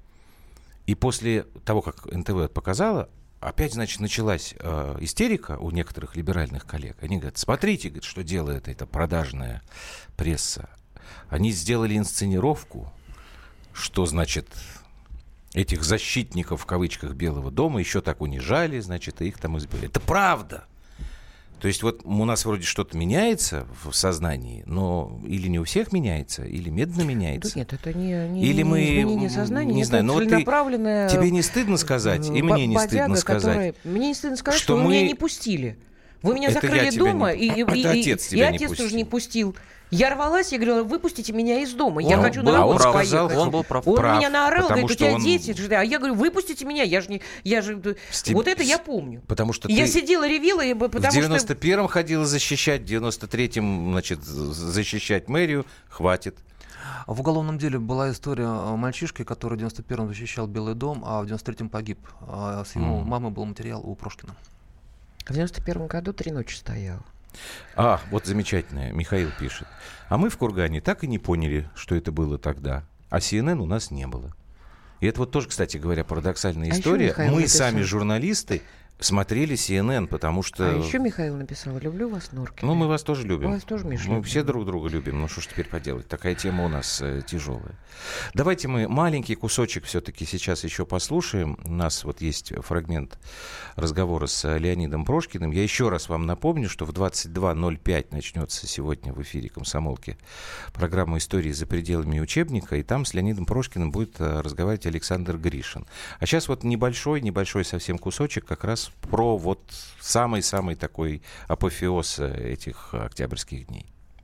И после того, как эн тэ вэ показала, опять, значит, началась э, истерика у некоторых либеральных коллег. Они говорят, смотрите, говорят, что делает эта продажная пресса. Они сделали инсценировку, что, значит, этих защитников, в кавычках, Белого дома еще так унижали, значит, и их там избили. Это правда. То есть вот у нас вроде что-то меняется в сознании, но или не у всех меняется, или медленно меняется. Да нет, это не, не, или не мы, изменение сознания, не это знаю, но целенаправленная... Тебе не стыдно сказать, и мне не стыдно сказать. Которая... Мне не стыдно сказать, что, что мы... вы меня не пустили. Вы меня это закрыли дома, не... и, и, это и, отец и, тебя и не отец пустил. тоже не пустил. Я рвалась, я говорила, выпустите меня из дома, я он хочу был, на работу прав, поехать. Он был прав. Он прав, меня наорал, говорит, у тебя он... дети. А я говорю, выпустите меня, я же не... Я же... Стеб... Вот это я помню. Потому что я ты... сидела, ревела, и потому в девяносто первом что... ходила защищать, в девяносто третьем, значит, защищать мэрию, хватит. В уголовном деле была история мальчишки, который в девяносто первом защищал Белый дом, а в девяносто третьем погиб. А с его mm. мамы был материал у Прошкина. В девяносто первом году три ночи стоял. А, вот замечательное, Михаил пишет. А мы в Кургане так и не поняли, что это было тогда. А си эн эн у нас не было. И это вот тоже, кстати говоря, парадоксальная а история. Мы написал. Сами журналисты смотрели си эн эн, потому что... А еще Михаил написал, люблю вас, Норкины. Ну, мы вас тоже любим. Мы вас тоже, Миша, мы любим. все друг друга любим. Ну, что ж теперь поделать? Такая тема у нас э, тяжелая. Давайте мы маленький кусочек все-таки сейчас еще послушаем. У нас вот есть фрагмент разговора с Леонидом Прошкиным. Я еще раз вам напомню, что в двадцать два ноль пять начнется сегодня в эфире «Комсомолки» программа «Истории за пределами учебника». И там с Леонидом Прошкиным будет разговаривать Александр Гришин. А сейчас вот небольшой-небольшой совсем кусочек как раз про вот самый-самый такой апофеоз этих октябрьских дней.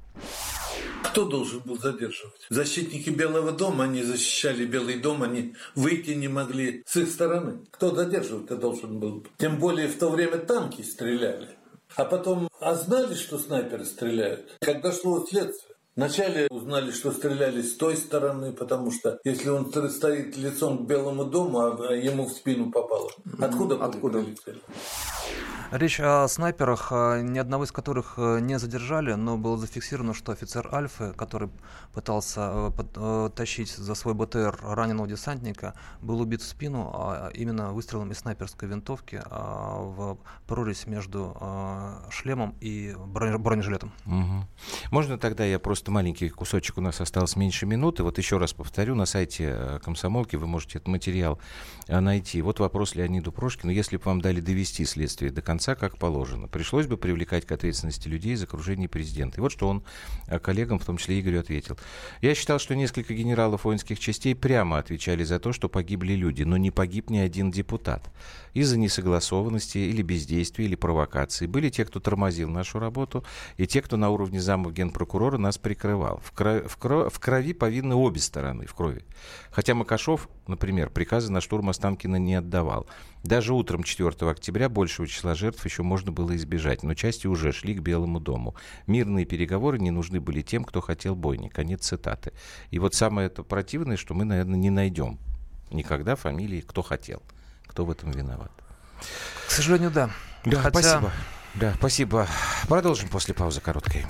Кто должен был задерживать? Защитники Белого дома, они защищали Белый дом, они выйти не могли с их стороны. Кто задерживать-то должен был? Тем более в то время танки стреляли. А потом, а знали, что снайперы стреляют? Когда шло следствие? Вначале узнали, что стреляли с той стороны, потому что если он стоит лицом к Белому дому, а ему в спину попало. Откуда? Откуда прилетели? Речь о снайперах, ни одного из которых не задержали, но было зафиксировано, что офицер Альфы, который пытался тащить за свой бэ тэ эр раненого десантника, был убит в спину а именно выстрелом из снайперской винтовки в прорезь между шлемом и бронежилетом. Угу. Можно тогда я просто маленький кусочек, у нас осталось меньше минуты. Вот еще раз повторю, на сайте «Комсомолки» вы можете этот материал найти. Вот вопрос Леониду Прошкину. Если бы вам дали довести следствие до конца, как положено, пришлось бы привлекать к ответственности людей из окружения президента. И вот что он коллегам, в том числе Игорю, ответил. Я считал, что несколько генералов воинских частей прямо отвечали за то, что погибли люди, но не погиб ни один депутат. Из-за несогласованности или бездействия, или провокации. Были те, кто тормозил нашу работу, и те, кто на уровне замов генпрокурора нас прикрывал. В, крови, в, крови, в крови повинны обе стороны, в крови. Хотя Макашов, например, приказы на штурм Останкина не отдавал. Даже утром четвёртого октября большего числа жертв еще можно было избежать, но части уже шли к Белому дому. Мирные переговоры не нужны были тем, кто хотел бойни. Конец цитаты. И вот самое это противное, что мы, наверное, не найдем никогда фамилии, кто хотел, кто в этом виноват. К сожалению, да. Да, Хотя... спасибо. Да, спасибо. Продолжим после паузы короткой.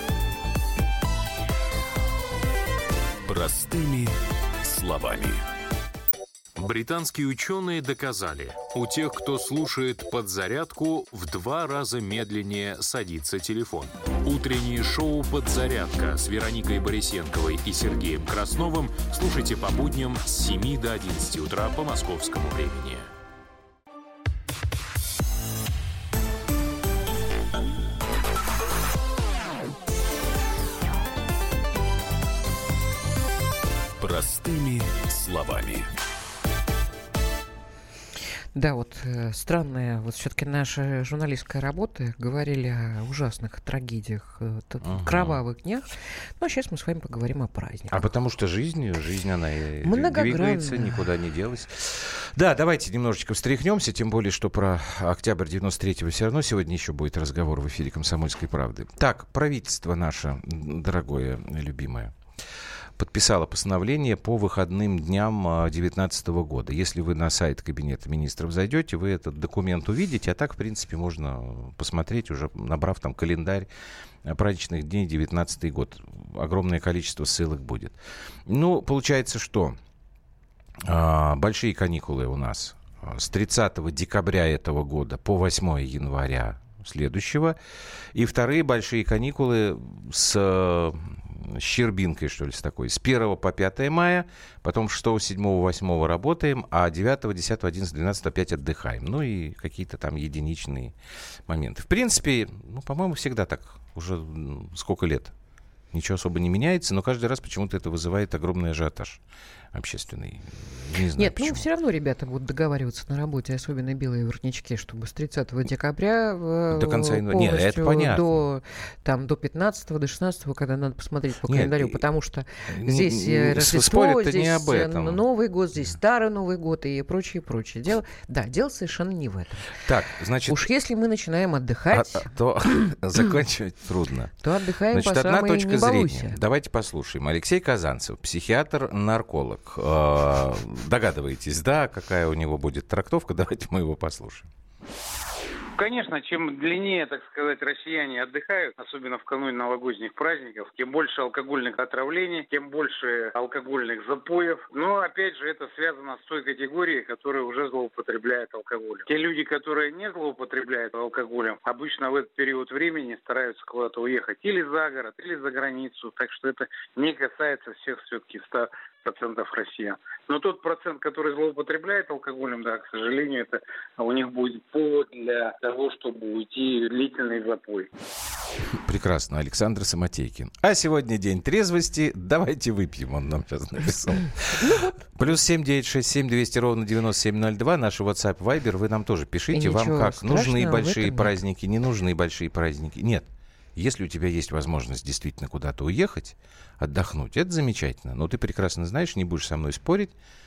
Простыми словами. Британские ученые доказали, у тех, кто слушает «Подзарядку», в два раза медленнее садится телефон. Утреннее шоу «Подзарядка» с Вероникой Борисенковой и Сергеем Красновым слушайте по будням с семи до одиннадцати утра по московскому времени. Простыми словами. Да, вот э, странная, вот все-таки наша журналистская работа, говорили о ужасных трагедиях, э, т- Ага. кровавых днях, ну а сейчас мы с вами поговорим о праздниках. А потому что жизнь, жизнь, она и Многогранная. двигается, никуда не делась. Да, давайте немножечко встряхнемся, тем более, что про октябрь девяносто третьего все равно сегодня еще будет разговор в эфире «Комсомольской правды». Так, правительство наше, дорогое, любимое, подписала постановление по выходным дням две тысячи девятнадцатого года. Если вы на сайт Кабинета министров зайдете, вы этот документ увидите, а так, в принципе, можно посмотреть, уже набрав там календарь праздничных дней девятнадцатый год. Огромное количество ссылок будет. Ну, получается, что а, большие каникулы у нас с тридцатого декабря этого года по восьмого января следующего. И вторые большие каникулы с щербинкой, что ли, с такой. С первого по пятое мая, потом шестого, седьмого, восьмого работаем, а девятого, десятого, одиннадцатого, двенадцатого опять отдыхаем. Ну и какие-то там единичные моменты. В принципе, ну, по-моему, всегда так. Уже м, сколько лет. Ничего особо не меняется, но каждый раз почему-то это вызывает огромный ажиотаж общественный. Не знаю, Нет, почему. ну все равно ребята будут договариваться на работе, особенно белые воротнички, чтобы с тридцатого декабря э, До конца января. Нет, это полностью понятно. до, там, до пятнадцатого, до шестнадцатого, когда надо посмотреть по Нет, календарю, и- потому что не- здесь не- э, с- Рождество, спорят-то здесь не об э, этом. Новый год, здесь Старый Новый год и прочее, прочее. Дело, да, дело совершенно не в этом. Так, значит, Уж если мы начинаем а- отдыхать, а- то заканчивать трудно. то отдыхаем Значит, по одна самой точка не балуйся. зрения. Давайте послушаем. Алексей Казанцев, психиатр-нарколог. Э, Догадываетесь, да, какая у него будет трактовка? Давайте мы его послушаем. Конечно, чем длиннее, так сказать, россияне отдыхают, особенно в канун новогодних праздников, тем больше алкогольных отравлений, тем больше алкогольных запоев. Но, опять же, это связано с той категорией, которая уже злоупотребляет алкоголем. Те люди, которые не злоупотребляют алкоголем, обычно в этот период времени стараются куда-то уехать или за город, или за границу. Так что это не касается всех все-таки ста процентов россиян. Но тот процент, который злоупотребляет алкоголем, да, к сожалению, это у них будет повод для того, чтобы уйти в длительный запой. Прекрасно, Александр Самотейкин. А сегодня день трезвости. Давайте выпьем, он нам сейчас написал. Плюс семь девять шесть семь двести ровно девяносто семь ноль два. Наш WhatsApp, Viber. Вы нам тоже пишите. Вам как? Нужны большие праздники, не нужны большие праздники? Нет. Если у тебя есть возможность действительно куда-то уехать, отдохнуть, это замечательно. Но ты прекрасно знаешь, не будешь со мной спорить,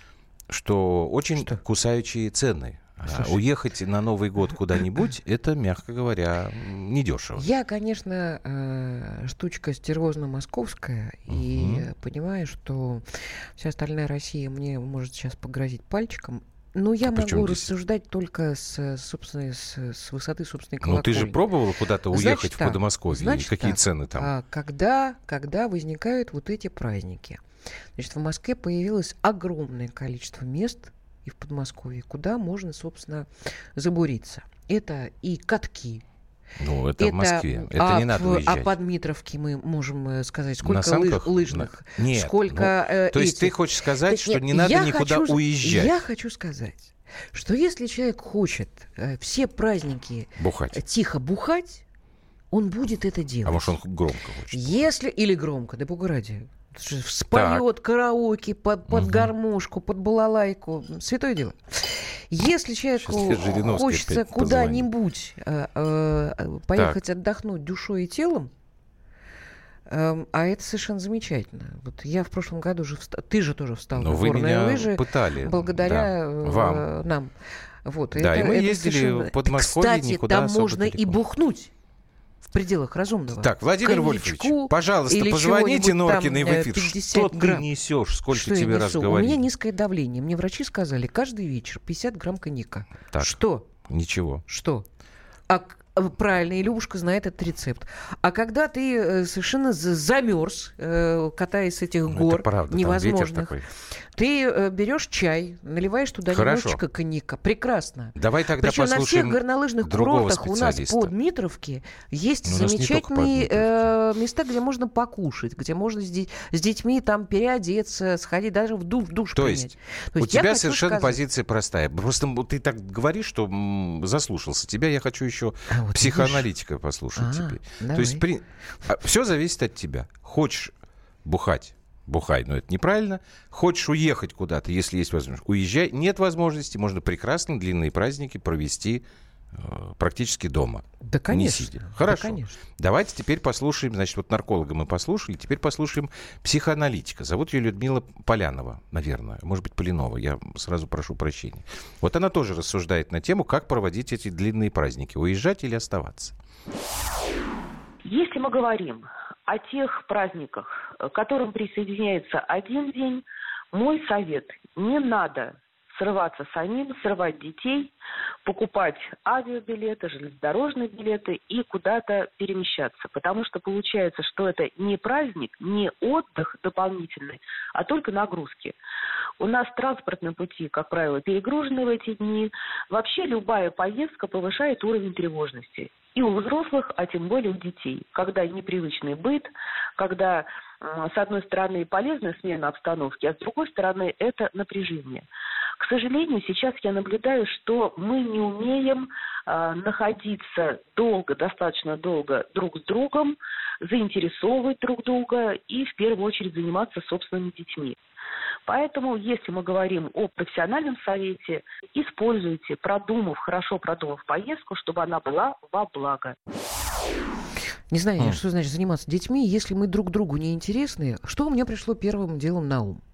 что очень что? кусающие цены. А уехать на Новый год куда-нибудь, это, мягко говоря, недешево. Я, конечно, э, штучка стервозно-московская, uh-huh. и понимаю, что вся остальная Россия мне может сейчас погрозить пальчиком. Но я а могу рассуждать здесь? только с, собственной, с, с высоты собственной колокольни. Ну, ты же пробовала куда-то уехать значит, в Подмосковье? Значит, какие так, цены там? А, когда, когда возникают вот эти праздники? Значит, в Москве появилось огромное количество мест и в Подмосковье, куда можно, собственно, забуриться. Это и катки. Ну, это, это в Москве. Это а, не надо уезжать. А по Дмитровке мы можем сказать, сколько на санках? лыж, лыжных, Нет, сколько ну, э, То есть этих. ты хочешь сказать, Нет, что не надо никуда хочу, уезжать? Я хочу сказать, что если человек хочет э, все праздники бухать. Э, тихо бухать, он будет это делать. А может, он громко хочет? Если, или громко, да бога ради. Споет караоке под, под угу. гармошку, под балалайку. Святое дело. Если человеку хочется куда-нибудь э, э, поехать так. отдохнуть душой и телом, э, а это совершенно замечательно. Вот я в прошлом году же встал, ты же тоже встал Но на вы горные меня лыжи пытали. благодаря да. э, Вам. нам. Вот, да, это, и мы это ездили совершенно... в Подмосковье, Кстати, никуда там особо можно далеко. и бухнуть. В пределах разумного. Так, Владимир Вольфович, пожалуйста, позвоните Норкиной в эфир. Что грамм. ты несешь? Сколько что тебе раз говорили? У меня низкое давление. Мне врачи сказали, каждый вечер пятьдесят грамм коньяка. Так, что? Ничего. Что? А Правильно, и Любушка знает этот рецепт. А когда ты э, совершенно замерз, э, катаясь с этих Ну, гор это правда, невозможных, ты э, берешь чай, наливаешь туда Хорошо. немножечко коньяка. Прекрасно. Давай тогда Причем на всех послушаем горнолыжных другого курортах у нас специалиста. по Дмитровке есть Ну, у нас не замечательные только по э, места, где можно покушать, где можно с, де- с детьми там переодеться, сходить, даже в душ, душ То принять. есть, То у есть я тебя хочу совершенно сказать- позиция простая. Просто м, ты так говоришь, что м, заслушался. Тебя я хочу еще А вот психоаналитика послушать А, теперь. давай. То есть при... все зависит от тебя. Хочешь бухать, бухай, но это неправильно. Хочешь уехать куда-то, если есть возможность, уезжай. Нет возможности, можно прекрасно длинные праздники провести э, практически дома. Да, Не конечно. сидя. Да, Хорошо. конечно. Давайте теперь послушаем, значит, вот нарколога мы послушали, теперь послушаем психоаналитика. Зовут ее Людмила Полянова, наверное, может быть, Полянова, я сразу прошу прощения. Вот она тоже рассуждает на тему, как проводить эти длинные праздники, уезжать или оставаться. Если мы говорим о тех праздниках, к которым присоединяется один день, мой совет – не надо срываться самим, срывать детей, покупать авиабилеты, железнодорожные билеты и куда-то перемещаться. Потому что получается, что это не праздник, не отдых дополнительный, а только нагрузки. У нас транспортные пути, как правило, перегружены в эти дни. Вообще любая поездка повышает уровень тревожности. И у взрослых, а тем более у детей. Когда непривычный быт, когда, с одной стороны, полезная смена обстановки, а с другой стороны, это напряжение. К сожалению, сейчас я наблюдаю, что мы не умеем э, находиться долго, достаточно долго друг с другом, заинтересовывать друг друга и, в первую очередь, заниматься собственными детьми. Поэтому, если мы говорим о профессиональном совете, используйте, продумав, хорошо продумав поездку, чтобы она была во благо. Не знаю, Хм. что значит заниматься детьми, если мы друг другу не интересны. Что мне пришло первым делом на ум?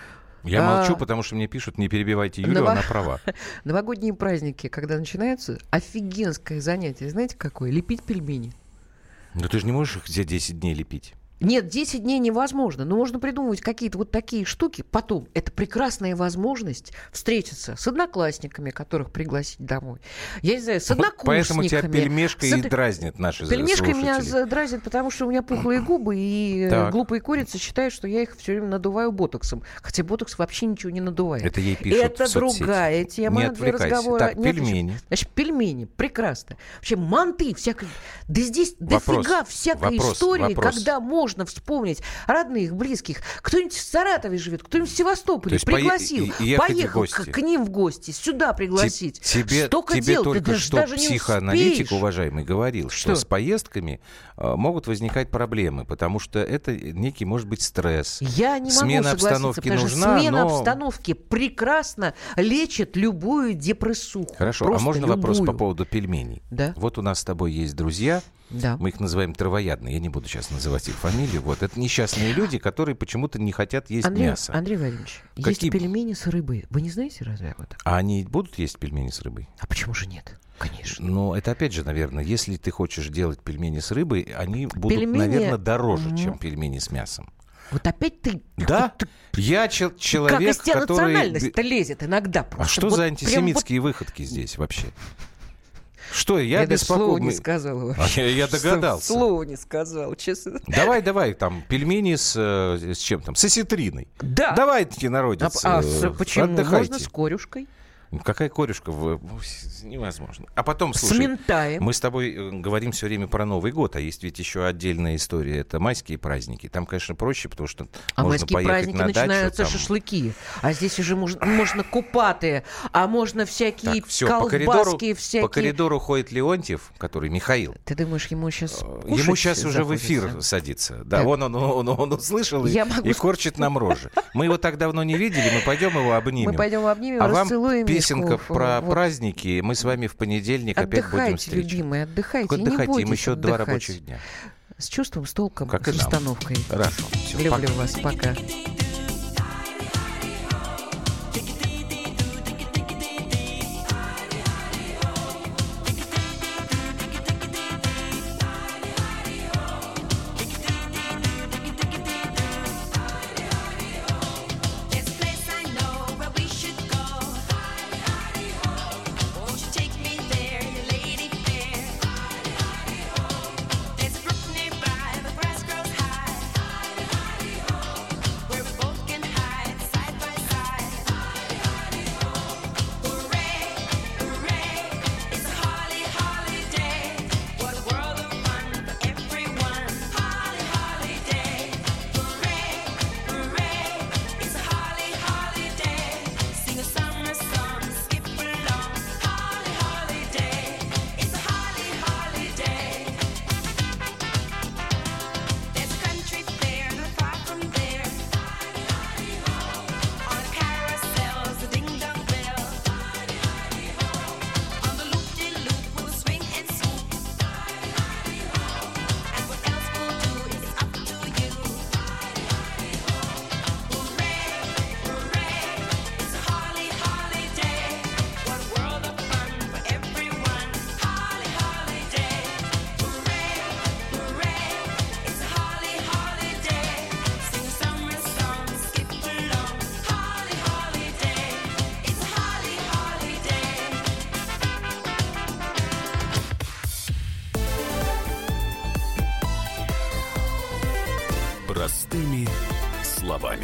Я А, молчу, потому что мне пишут, не перебивайте Юлю, Ново- она права. Новогодние праздники, когда начинаются, офигенское занятие. Знаете какое? Лепить пельмени. Но ты же не можешь их за десять дней лепить. Нет, десять дней невозможно, но можно придумывать какие-то вот такие штуки. Потом, это прекрасная возможность встретиться с одноклассниками, которых пригласить домой. Я не знаю, с Вот однокурсниками. поэтому тебя пельмешка С и од- дразнит наши Пельмешкой меня слушатели. за- дразнит, потому что у меня пухлые губы, и э, Так. глупые курицы считают, что я их все время надуваю ботоксом. Хотя ботокс вообще ничего не надувает. Это ей пишут Это в соцсети. другая тема Не для отвлекайся. разговора. Так, Нет, пельмени. Значит, пельмени, прекрасно. Вообще, манты всякой. Да здесь Вопрос, дофига всякой вопрос, истории, вопрос. когда можно вспомнить родных, близких. Кто-нибудь в Саратове живет, кто-нибудь в То Севастополе есть пое- пригласил, и- и ехать в поехал гости. к, к ним в гости, сюда пригласить. Те- Тебе, Столько тебе дел, ты только даже, что даже не психоаналитик, успеешь. уважаемый, говорил, что, Что? с поездками э, могут возникать проблемы, потому что это некий, может быть, стресс. Я не Смена могу согласиться, обстановки потому что нужна, смена но... обстановки прекрасно лечит любую депрессуху. Хорошо, Просто а можно вопрос любую. по поводу пельменей? Да. Вот у нас с тобой есть друзья, Да. мы их называем травоядные, я не буду сейчас называть их фамилию. Вот, это несчастные люди, которые почему-то не хотят есть Андрей, мясо. Андрей Владимирович, Какие- есть пельмени с рыбой. Вы не знаете разве об этом? А они будут есть пельмени с рыбой? А почему же нет? Конечно. Ну, это опять же, наверное, если ты хочешь делать пельмени с рыбой, они будут, Пельмени- наверное, дороже, М. чем пельмени с мясом. Вот опять ты... Да? Я чел- Как человек, из тебя который... национальность-то лезет иногда. А просто. что Вот за прям антисемитские выходки здесь вообще? Что, я, Я даже слова беспокоен. не сказала А вообще. я, я догадался. Слова не сказал, честно. Давай, давай, там, пельмени с, э, с чем там? С осетриной. Да. Давайте, народец, А, а э, с- почему? отдыхайте. Можно с корюшкой? Ну, какая корешка? В... Невозможно. А потом, С слушай, ментаем. мы с тобой э, говорим все время про Новый год, а есть ведь еще отдельная история. Это майские праздники. Там, конечно, проще, потому что А можно майские поехать праздники на начинаются дачу. Там... шашлыки. А здесь уже можно, можно купаты, а можно всякие Так, все, по колбаски, коридору, всякие... по коридору ходит Леонтьев, который Михаил. Ты думаешь, ему сейчас Ему сейчас уже в эфир садится. Да, он, он, он, он услышал и, Я могу и корчит нам рожи. Мы его так давно не видели, мы пойдем его обнимем. Мы пойдем обнимем, а вам расцелуем песенка Мишку. про Вот. праздники. Мы с вами в понедельник опять будем Отдыхайте, встречаться. любимые, отдыхайте. Так и не отдыхайте, им бойтесь еще два отдыхать. рабочих дня. С чувством, с толком, Как с и нам. расстановкой. Хорошо. Всё, Люблю пока. вас. Пока. Won't you take me there, lady fair? словами.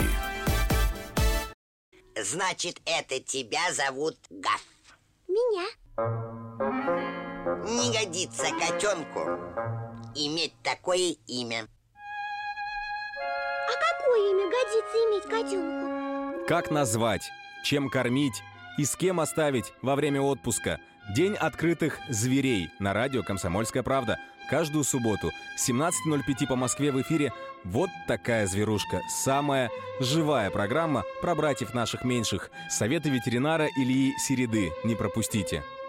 Значит, это тебя зовут Гав? Меня. Не годится котенку иметь такое имя. А какое имя годится иметь котенку? Как назвать, чем кормить и с кем оставить во время отпуска? День открытых зверей на радио «Комсомольская правда». Каждую субботу с семнадцати ноль пять по Москве в эфире «Вот такая зверушка». Самая живая программа про братьев наших меньших. Советы ветеринара Ильи Середы. Не пропустите.